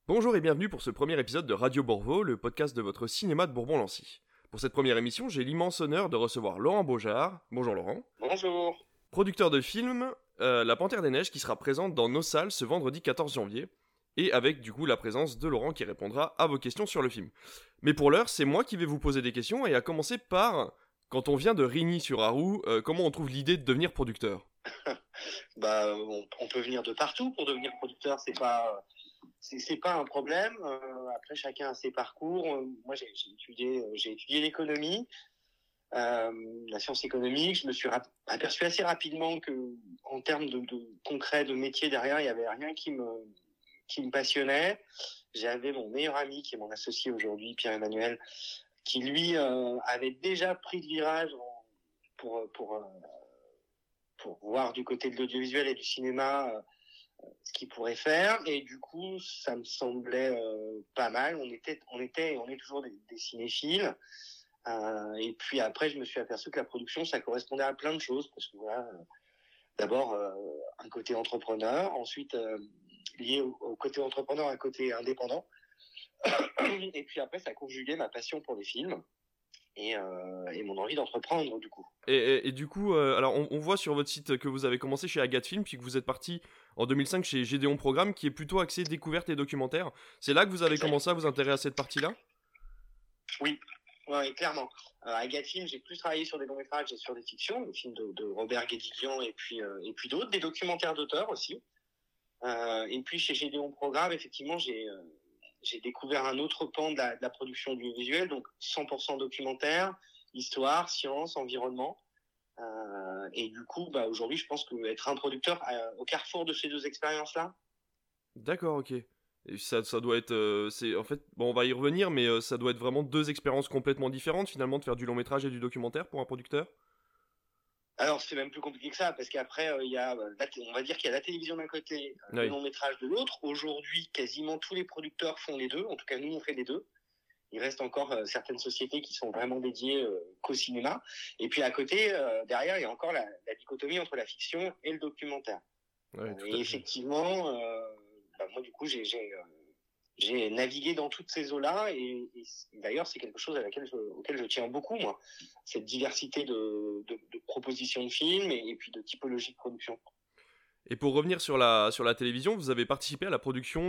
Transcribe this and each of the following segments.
Bonjour et bienvenue pour ce premier épisode de Radio Borvo, le podcast de votre cinéma de Bourbon-Lancy. Pour cette première émission, j'ai l'immense honneur de recevoir Laurent Beaujard. Bonjour Laurent. Bonjour. Producteur de film La Panthère des Neiges qui sera présente dans nos salles ce vendredi 14 janvier. Et avec du coup la présence de Laurent qui répondra à vos questions sur le film. Mais pour l'heure, c'est moi qui vais vous poser des questions et à commencer par, quand on vient de Rigny-sur-Arroux, comment on trouve l'idée de devenir producteur ? On peut venir de partout pour devenir producteur, c'est pas un problème. Après, chacun a ses parcours. Moi, j'ai étudié l'économie, la science économique. Je me suis aperçu assez rapidement que, en termes de concret, de métier derrière, il y avait rien qui me passionnait. J'avais mon meilleur ami, qui est mon associé aujourd'hui, Pierre-Emmanuel, qui lui avait déjà pris le virage pour voir du côté de l'audiovisuel et du cinéma ce qu'il pourrait faire, et du coup ça me semblait pas mal. On est toujours des cinéphiles, et puis après je me suis aperçu que la production ça correspondait à plein de choses, parce que voilà, d'abord un côté entrepreneur, ensuite lié au côté entrepreneur, un côté indépendant, et puis après ça conjuguait ma passion pour les films et mon envie d'entreprendre du coup. Et du coup, alors on voit sur votre site que vous avez commencé chez Agathe Film, puis que vous êtes parti en 2005 chez Gédéon Programme, qui est plutôt axé découverte et documentaire. C'est là que vous avez commencé à vous intéresser à cette partie-là ? Oui, ouais, clairement. À Agathe Film, j'ai plus travaillé sur des longs métrages et sur des fictions, des films de Robert Guédiguian et puis d'autres, des documentaires d'auteurs aussi. Et puis chez Gédéon Programme, effectivement, j'ai découvert un autre pan de la production audiovisuelle, donc 100% documentaire, histoire, science, environnement. Et du coup, aujourd'hui, je pense qu'être un producteur au carrefour de ces deux expériences-là. D'accord, ok. Et ça doit être... en fait, bon, on va y revenir, mais ça doit être vraiment deux expériences complètement différentes, finalement, de faire du long métrage et du documentaire pour un producteur ? Alors, c'est même plus compliqué que ça, parce qu'après, on va dire qu'il y a la télévision d'un côté, Oui. le long métrage de l'autre. Aujourd'hui, quasiment tous les producteurs font les deux. En tout cas, nous, on fait les deux. Il reste encore certaines sociétés qui sont vraiment dédiées qu'au cinéma. Et puis à côté, derrière, il y a encore la dichotomie entre la fiction et le documentaire. Ouais, Et effectivement, moi, du coup, j'ai navigué dans toutes ces eaux-là, et d'ailleurs c'est quelque chose auquel je tiens beaucoup, moi, cette diversité de propositions de films et puis de typologie de production. Et pour revenir sur la télévision, vous avez participé à la production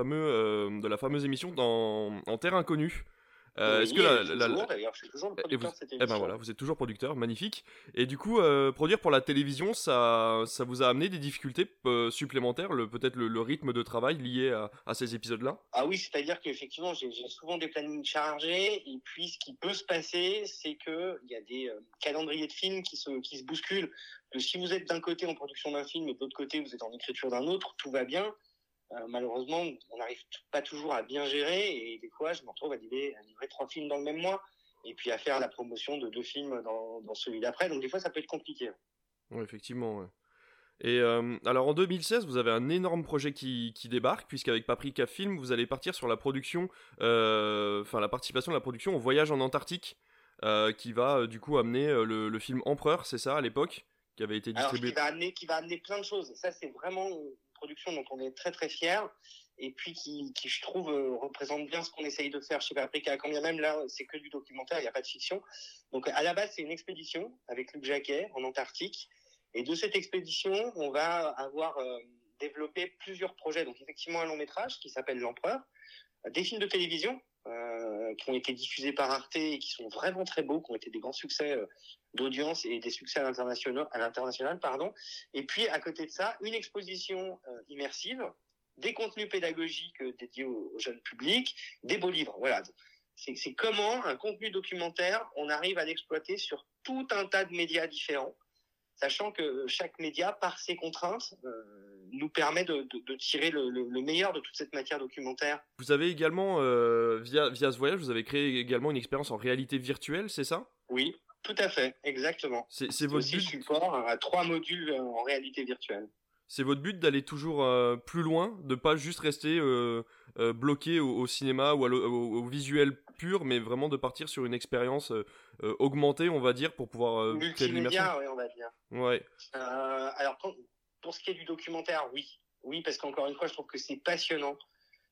de la fameuse émission En Terre Inconnue. Oui, est-ce que d'ailleurs, je suis toujours le producteur de cette émission. Eh ben voilà, vous êtes toujours producteur, magnifique. Et du coup, produire pour la télévision, ça vous a amené des difficultés supplémentaires, peut-être le rythme de travail lié à ces épisodes-là ? Ah oui, c'est-à-dire qu'effectivement, j'ai souvent des plannings chargés, et puis ce qui peut se passer, c'est qu'il y a des calendriers de films qui se bousculent. Que si vous êtes d'un côté en production d'un film et de l'autre côté vous êtes en écriture d'un autre, tout va bien. Malheureusement, on n'arrive pas toujours à bien gérer, et des fois, je me retrouve à livrer 3 films dans le même mois, et puis à faire la promotion de 2 films dans celui d'après. Donc des fois, ça peut être compliqué. Oui, effectivement, ouais. Et alors en 2016, vous avez un énorme projet qui débarque, puisqu'avec Paprika Film, vous allez partir sur la production, la participation de la production au voyage en Antarctique, qui va du coup amener le film Empereur, c'est ça, à l'époque, qui avait été distribué. Alors, qui va amener plein de choses. Ça, c'est vraiment une production dont on est très très fiers, et puis qui je trouve représente bien ce qu'on essaye de faire chez Paprika, quand bien même là c'est que du documentaire, il n'y a pas de fiction. Donc à la base c'est une expédition avec Luc Jacquet en Antarctique, et de cette expédition on va avoir développé plusieurs projets. Donc effectivement un long métrage qui s'appelle L'Empereur, des films de télévision qui ont été diffusés par Arte et qui sont vraiment très beaux, qui ont été des grands succès d'audience et des succès à l'international, pardon. Et puis à côté de ça, une exposition immersive, des contenus pédagogiques dédiés au jeune public, des beaux livres. Voilà. C'est comment un contenu documentaire, on arrive à l'exploiter sur tout un tas de médias différents, sachant que chaque média, par ses contraintes, nous permet de tirer le meilleur de toute cette matière documentaire. Vous avez également, via ce voyage, vous avez créé également une expérience en réalité virtuelle, c'est ça ? Oui, tout à fait, exactement. C'est votre aussi but. Support à 3 modules en réalité virtuelle. C'est votre but d'aller toujours plus loin, de pas juste rester bloqué au cinéma ou au visuel pur, mais vraiment de partir sur une expérience augmentée, on va dire, pour pouvoir créer de l'immersion. Multimédia, oui, on va dire. Ouais. Alors, pour ce qui est du documentaire, oui, parce qu'encore une fois, je trouve que c'est passionnant.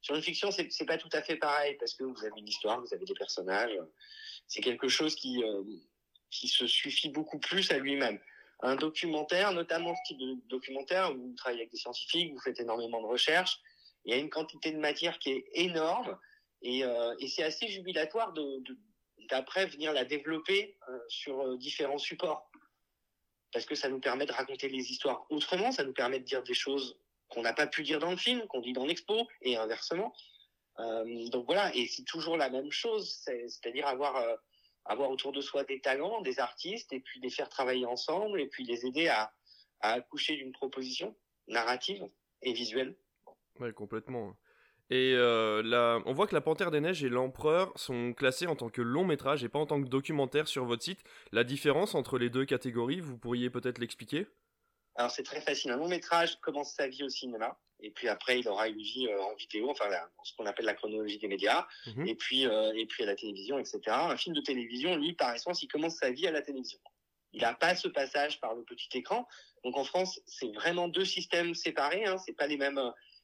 Sur une fiction, c'est pas tout à fait pareil parce que vous avez une histoire, vous avez des personnages. C'est quelque chose qui se suffit beaucoup plus à lui-même. Un documentaire, notamment ce type de documentaire où vous travaillez avec des scientifiques, vous faites énormément de recherches, il y a une quantité de matière qui est énorme et c'est assez jubilatoire d'après venir la développer sur différents supports. Parce que ça nous permet de raconter les histoires autrement, ça nous permet de dire des choses qu'on n'a pas pu dire dans le film, qu'on dit dans l'expo, et inversement. Donc voilà, et c'est toujours la même chose, c'est-à-dire avoir autour de soi des talents, des artistes, et puis les faire travailler ensemble, et puis les aider à accoucher d'une proposition narrative et visuelle. Ouais, complètement. Et on voit que La Panthère des Neiges et L'Empereur sont classés en tant que long métrage et pas en tant que documentaire sur votre site. La différence entre les deux catégories, vous pourriez peut-être l'expliquer ? Alors c'est très facile, un long métrage commence sa vie au cinéma, et puis après il aura une vie en vidéo, enfin ce qu'on appelle la chronologie des médias, et puis à la télévision, etc. Un film de télévision, lui, par essence, il commence sa vie à la télévision. Il n'a pas ce passage par le petit écran. Donc en France, c'est vraiment deux systèmes séparés, hein. C'est pas les mêmes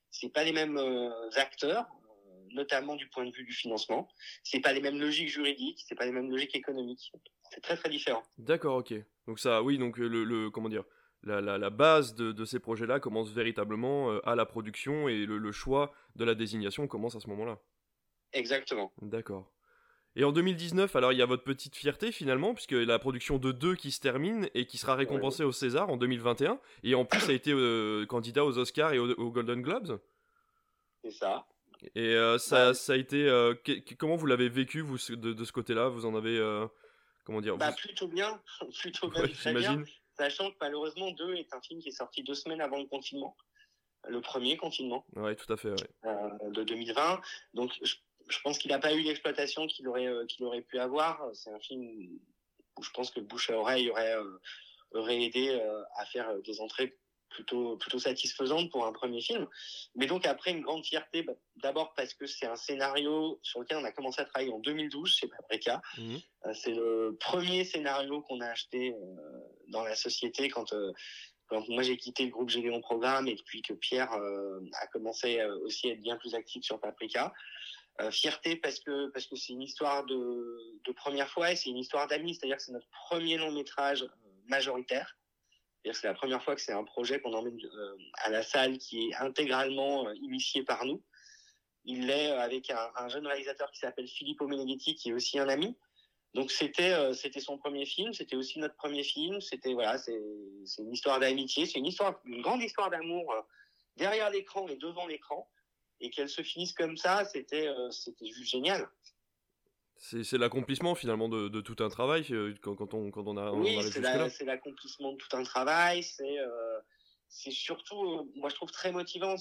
acteurs, notamment du point de vue du financement. C'est pas les mêmes logiques juridiques, c'est pas les mêmes logiques économiques. C'est très très différent. D'accord, ok. Donc ça, oui, donc comment dire, la base de ces projets-là commence véritablement à la production et le choix de la désignation commence à ce moment-là. Exactement. D'accord. Et en 2019, alors il y a votre petite fierté finalement, puisque la production de 2 qui se termine et qui sera récompensée au César en 2021, et en plus ça a été candidat aux Oscars et aux Golden Globes. C'est ça. Et ça a été... comment vous l'avez vécu, vous, de ce côté-là ? Vous en avez... comment dire Plutôt bien, plutôt bien, très j'imagine. bien. Sachant que malheureusement, 2 est un film qui est sorti 2 semaines avant le confinement, le premier confinement. Ouais, tout à fait, ouais. De 2020. Donc je pense qu'il n'a pas eu l'exploitation qu'il aurait pu avoir. C'est un film où je pense que le bouche à oreille aurait aidé à faire des entrées plutôt satisfaisantes pour un premier film. Mais donc après, une grande fierté, d'abord parce que c'est un scénario sur lequel on a commencé à travailler en 2012 chez Paprika. C'est le premier scénario qu'on a acheté dans la société quand moi j'ai quitté le groupe Gédéon Programme et puis que Pierre a commencé aussi à être bien plus actif sur Paprika. Fierté parce que c'est une histoire de première fois et c'est une histoire d'amis, c'est-à-dire que c'est notre premier long métrage majoritaire. C'est-à-dire que c'est la première fois que c'est un projet qu'on emmène à la salle qui est intégralement initié par nous. Il l'est avec un jeune réalisateur qui s'appelle Filippo Meneghetti, qui est aussi un ami. Donc c'était son premier film, c'était aussi notre premier film. C'était c'est une histoire d'amitié, c'est une grande histoire d'amour derrière l'écran et devant l'écran. Et qu'elle se finisse comme ça, c'était juste génial. C'est l'accomplissement finalement de tout un travail quand on arrive jusque-là. C'est l'accomplissement de tout un travail. C'est surtout, moi je trouve très motivant.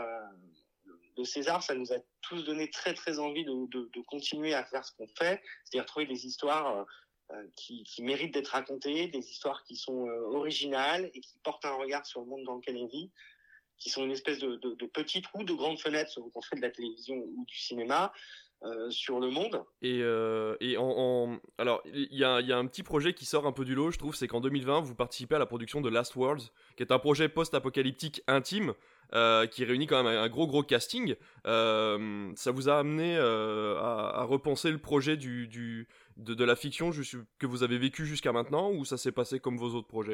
Le César, ça nous a tous donné très très envie de continuer à faire ce qu'on fait, c'est-à-dire trouver des histoires qui méritent d'être racontées, des histoires qui sont originales et qui portent un regard sur le monde dans lequel on vit, qui sont une espèce de petites ou de grandes fenêtres sur qu'on fait de la télévision ou du cinéma sur le monde. Et alors, il y a un petit projet qui sort un peu du lot, je trouve, c'est qu'en 2020, vous participez à la production de Last Worlds, qui est un projet post-apocalyptique intime, qui réunit quand même un gros casting. Ça vous a amené à repenser le projet de la fiction que vous avez vécu jusqu'à maintenant, ou ça s'est passé comme vos autres projets ?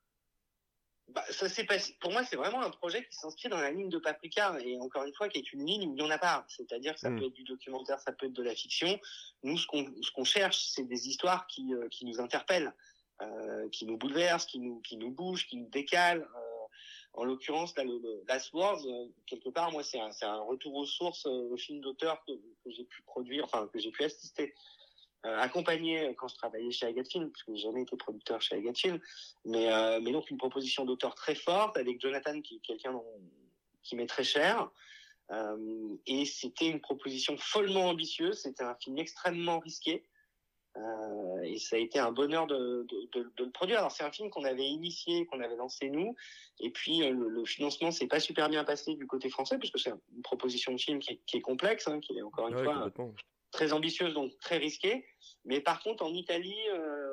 Ça s'est passé. Pour moi, c'est vraiment un projet qui s'inscrit dans la ligne de Paprika et encore une fois, qui est une ligne où il n'y en a pas. C'est-à-dire que ça peut être du documentaire, ça peut être de la fiction. Nous, ce qu'on cherche, c'est des histoires qui nous interpellent, qui nous bouleversent, qui nous bougent, qui nous décalent. En l'occurrence, là, le Last Wars, quelque part, moi, c'est un retour aux sources, au film d'auteur que j'ai pu produire, enfin que j'ai pu assister. Accompagné quand je travaillais chez Agathe Film, parce que j'ai jamais été producteur chez Agathe Film, mais donc une proposition d'auteur très forte avec Jonathan, qui est quelqu'un qui m'est très cher, et c'était une proposition follement ambitieuse. C'était un film extrêmement risqué, et ça a été un bonheur de le produire. Alors c'est un film qu'on avait initié, qu'on avait lancé nous, et puis le financement s'est pas super bien passé du côté français, puisque c'est une proposition de film qui est complexe, hein, qui est encore une fois très ambitieuse, donc très risquée. Mais par contre, en Italie,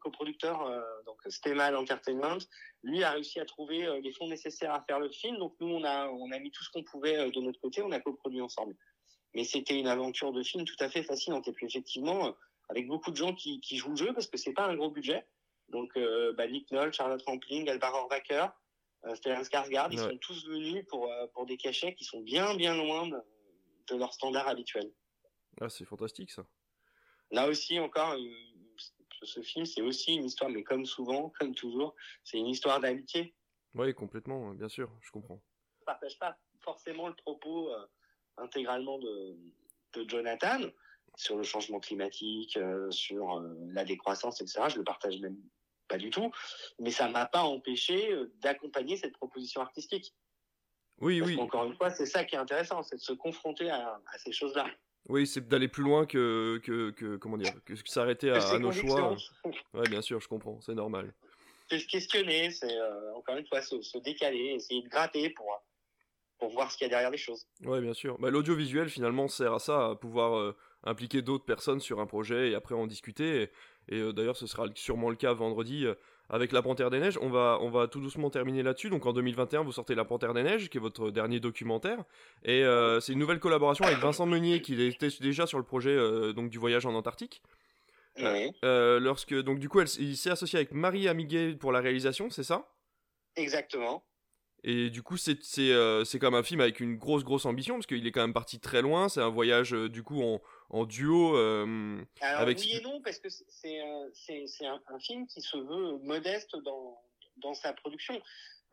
coproducteur, donc Stemal Entertainment, lui a réussi à trouver les fonds nécessaires à faire le film. Donc nous, on a mis tout ce qu'on pouvait de notre côté, on a coproduit ensemble. Mais c'était une aventure de film tout à fait fascinante. Et puis effectivement, avec beaucoup de gens qui jouent le jeu, parce que c'est pas un gros budget. Donc Nick Nolte, Charlotte Rampling, Alvar Horvacher, Stellan Skarsgård, ils sont tous venus pour des cachets qui sont bien loin de leur standard habituel. Ah, c'est fantastique ça. Là aussi, encore, ce film, c'est aussi une histoire, mais comme souvent, comme toujours, c'est une histoire d'amitié. Oui, complètement, bien sûr, je comprends. Je ne partage pas forcément le propos intégralement de Jonathan sur le changement climatique, sur la décroissance, etc. Je le partage même pas du tout, mais ça m'a pas empêché d'accompagner cette proposition artistique. Parce qu'encore une fois, c'est ça qui est intéressant, c'est de se confronter à ces choses-là. Oui, c'est d'aller plus loin que comment dire, que s'arrêter à nos choix. Ouais, bien sûr, je comprends, c'est normal. C'est se questionner, c'est encore une fois se décaler, essayer de gratter pour voir ce qu'il y a derrière les choses. Ouais, bien sûr. L'audiovisuel, finalement, sert à ça, à pouvoir impliquer d'autres personnes sur un projet et après en discuter. Et d'ailleurs, ce sera sûrement le cas vendredi avec La Panthère des Neiges. On va tout doucement terminer là-dessus. Donc en 2021, vous sortez La Panthère des Neiges, qui est votre dernier documentaire. Et c'est une nouvelle collaboration avec Vincent Meunier, qui était déjà sur le projet donc, du voyage en Antarctique. Oui. Donc du coup, il s'est associé avec Marie Amiguet pour la réalisation, c'est ça ? Exactement. Et du coup, c'est quand même un film avec une grosse ambition, parce qu'il est quand même parti très loin. C'est un voyage, du coup, en duo. Alors, avec... oui et non, parce que c'est un film qui se veut modeste dans sa production.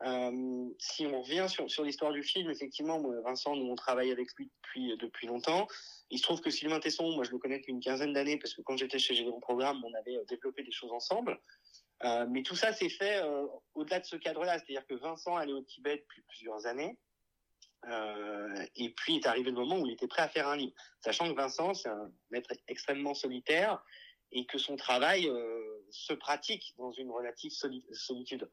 Si on revient sur l'histoire du film, effectivement, moi, Vincent, nous on travaille avec lui depuis longtemps. Il se trouve que Sylvain Tesson, moi je le connais depuis une quinzaine d'années, parce que quand j'étais chez Généron Programme, on avait développé des choses ensemble. Mais tout ça s'est fait au-delà de ce cadre-là, c'est-à-dire que Vincent allait au Tibet depuis plusieurs années, et puis est arrivé le moment où il était prêt à faire un livre, sachant que Vincent, c'est un maître extrêmement solitaire, et que son travail se pratique dans une relative solitude.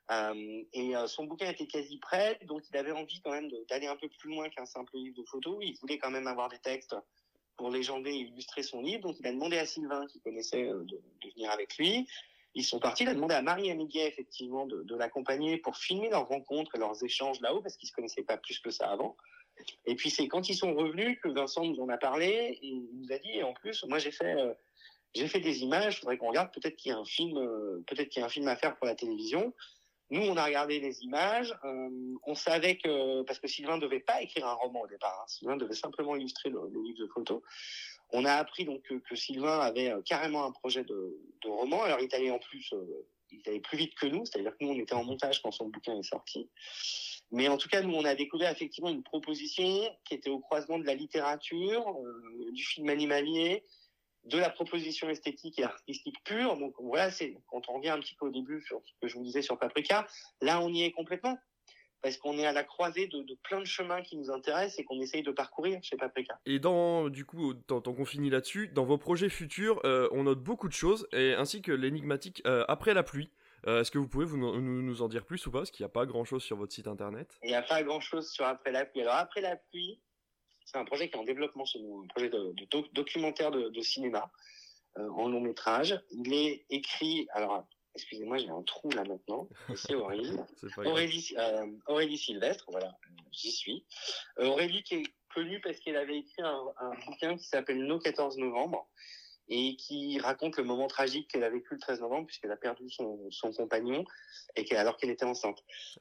Son bouquin était quasi prêt, donc il avait envie quand même d'aller un peu plus loin qu'un simple livre de photos. Il voulait quand même avoir des textes pour légender et illustrer son livre, donc il a demandé à Sylvain, qui connaissait, de venir avec lui. Ils sont partis, il a demandé à Marie Amiguet, effectivement, de l'accompagner pour filmer leurs rencontres et leurs échanges là-haut, parce qu'ils ne se connaissaient pas plus que ça avant. Et puis c'est quand ils sont revenus que Vincent nous en a parlé, et il nous a dit, et en plus, moi j'ai fait des images, il faudrait qu'on regarde, peut-être qu'il y a un film à faire pour la télévision. Nous, on a regardé les images, on savait que, parce que Sylvain ne devait pas écrire un roman au départ, hein, Sylvain devait simplement illustrer le livre de photos. On a appris donc que Sylvain avait carrément un projet de roman. Alors il allait plus vite que nous, c'est-à-dire que nous on était en montage quand son bouquin est sorti. Mais en tout cas, nous on a découvert effectivement une proposition qui était au croisement de la littérature, du film animalier, de la proposition esthétique et artistique pure. Donc voilà, c'est quand on revient un petit peu au début sur ce que je vous disais sur Paprika, là on y est complètement. Parce qu'on est à la croisée de plein de chemins qui nous intéressent et qu'on essaye de parcourir chez Paprika. Et du coup, tant qu'on finit là-dessus, dans vos projets futurs, on note beaucoup de choses, ainsi que l'énigmatique Après la pluie. Est-ce que vous pouvez nous en dire plus ou pas? Parce qu'il n'y a pas grand-chose sur votre site internet. Il n'y a pas grand-chose sur Après la pluie. Alors Après la pluie, c'est un projet qui est en développement chez nous, un projet de documentaire de cinéma en long métrage. Il est écrit... Alors, excusez-moi, j'ai un trou là maintenant. C'est horrible. Aurélie Sylvestre, voilà, j'y suis. Aurélie qui est connue parce qu'elle avait écrit un bouquin qui s'appelle Nos 14 novembre et qui raconte le moment tragique qu'elle a vécu le 13 novembre puisqu'elle a perdu son compagnon alors qu'elle était enceinte.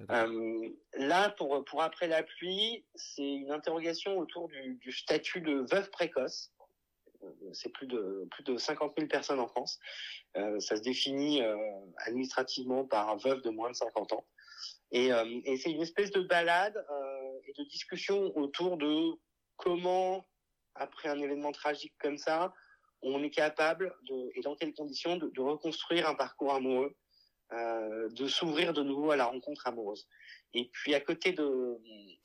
Là, pour Après la pluie, c'est une interrogation autour du statut de veuve précoce. C'est plus de 50 000 personnes en France. Ça se définit administrativement par veuve de moins de 50 ans. Et c'est une espèce de balade et de discussion autour de comment, après un événement tragique comme ça, on est capable, et dans quelles conditions, de reconstruire un parcours amoureux, de s'ouvrir de nouveau à la rencontre amoureuse. Et puis à côté de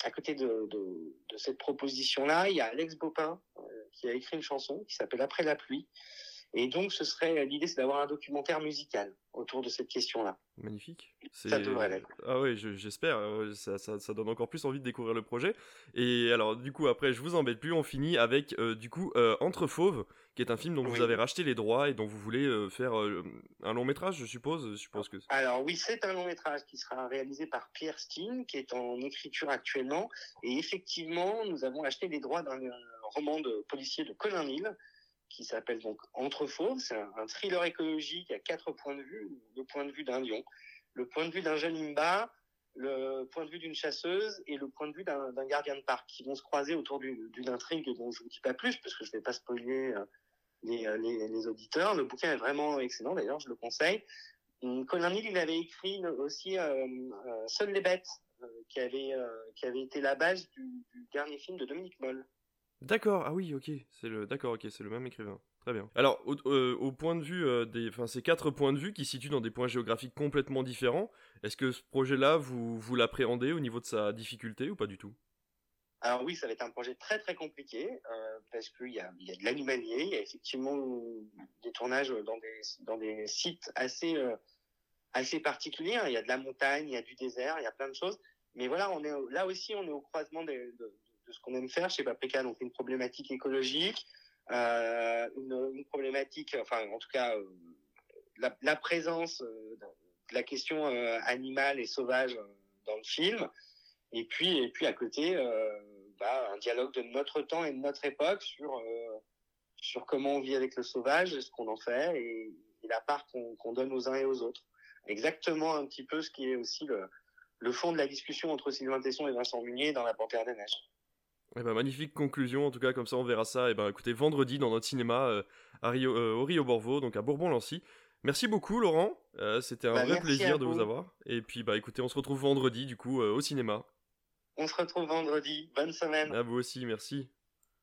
cette proposition-là, il y a Alex Bopin qui a écrit une chanson qui s'appelle Après la pluie. Et donc l'idée, c'est d'avoir un documentaire musical autour de cette question-là. Magnifique. Ça devrait l'être. Ah ouais, j'espère. Ça donne encore plus envie de découvrir le projet. Et alors, du coup, après, je vous embête plus. On finit avec, Entre Fauves, qui est un film dont vous Oui. avez racheté les droits et dont vous voulez faire un long métrage, je suppose. Je suppose que. Alors oui, c'est un long métrage qui sera réalisé par Pierre Steen, qui est en écriture actuellement. Et effectivement, nous avons acheté les droits d'un roman de policier de Colin Neal, qui s'appelle donc Entre Fauves. C'est un thriller écologique à 4 points de vue. Le point de vue d'un lion, le point de vue d'un jeune Imba, le point de vue d'une chasseuse et le point de vue d'un gardien de parc qui vont se croiser autour d'une intrigue dont je ne vous dis pas plus parce que je ne vais pas spoiler les auditeurs. Le bouquin est vraiment excellent, d'ailleurs, je le conseille. Colin Neal, il avait écrit aussi Seules les bêtes, qui avait été la base du dernier film de Dominique Moll. D'accord, ah oui, ok, c'est le même écrivain. Très bien. Alors, au point de vue ces 4 points de vue qui se situent dans des points géographiques complètement différents, est-ce que ce projet-là, vous l'appréhendez au niveau de sa difficulté ou pas du tout? Alors oui, ça va être un projet très très compliqué parce qu'il y a de l'animalier, il y a effectivement des tournages dans des sites assez particuliers. Il y a de la montagne, il y a du désert, il y a plein de choses. Mais voilà, là aussi, on est au croisement de ce qu'on aime faire chez Paprika. Donc une problématique écologique, une problématique, enfin en tout cas la présence de la question animale et sauvage dans le film. Et puis à côté, un dialogue de notre temps et de notre époque sur comment on vit avec le sauvage, ce qu'on en fait et la part qu'on donne aux uns et aux autres. Exactement un petit peu ce qui est aussi le fond de la discussion entre Sylvain Tesson et Vincent Munier dans La Panthère des Neiges. Eh ben, magnifique conclusion, en tout cas, comme ça on verra ça. Et ben, écoutez, vendredi dans notre cinéma au Rio Borvo, donc à Bourbon-Lancy. Merci beaucoup, Laurent. C'était un vrai plaisir de vous avoir. Et puis, écoutez, on se retrouve vendredi, du coup, au cinéma. On se retrouve vendredi. Bonne semaine. À vous aussi, merci.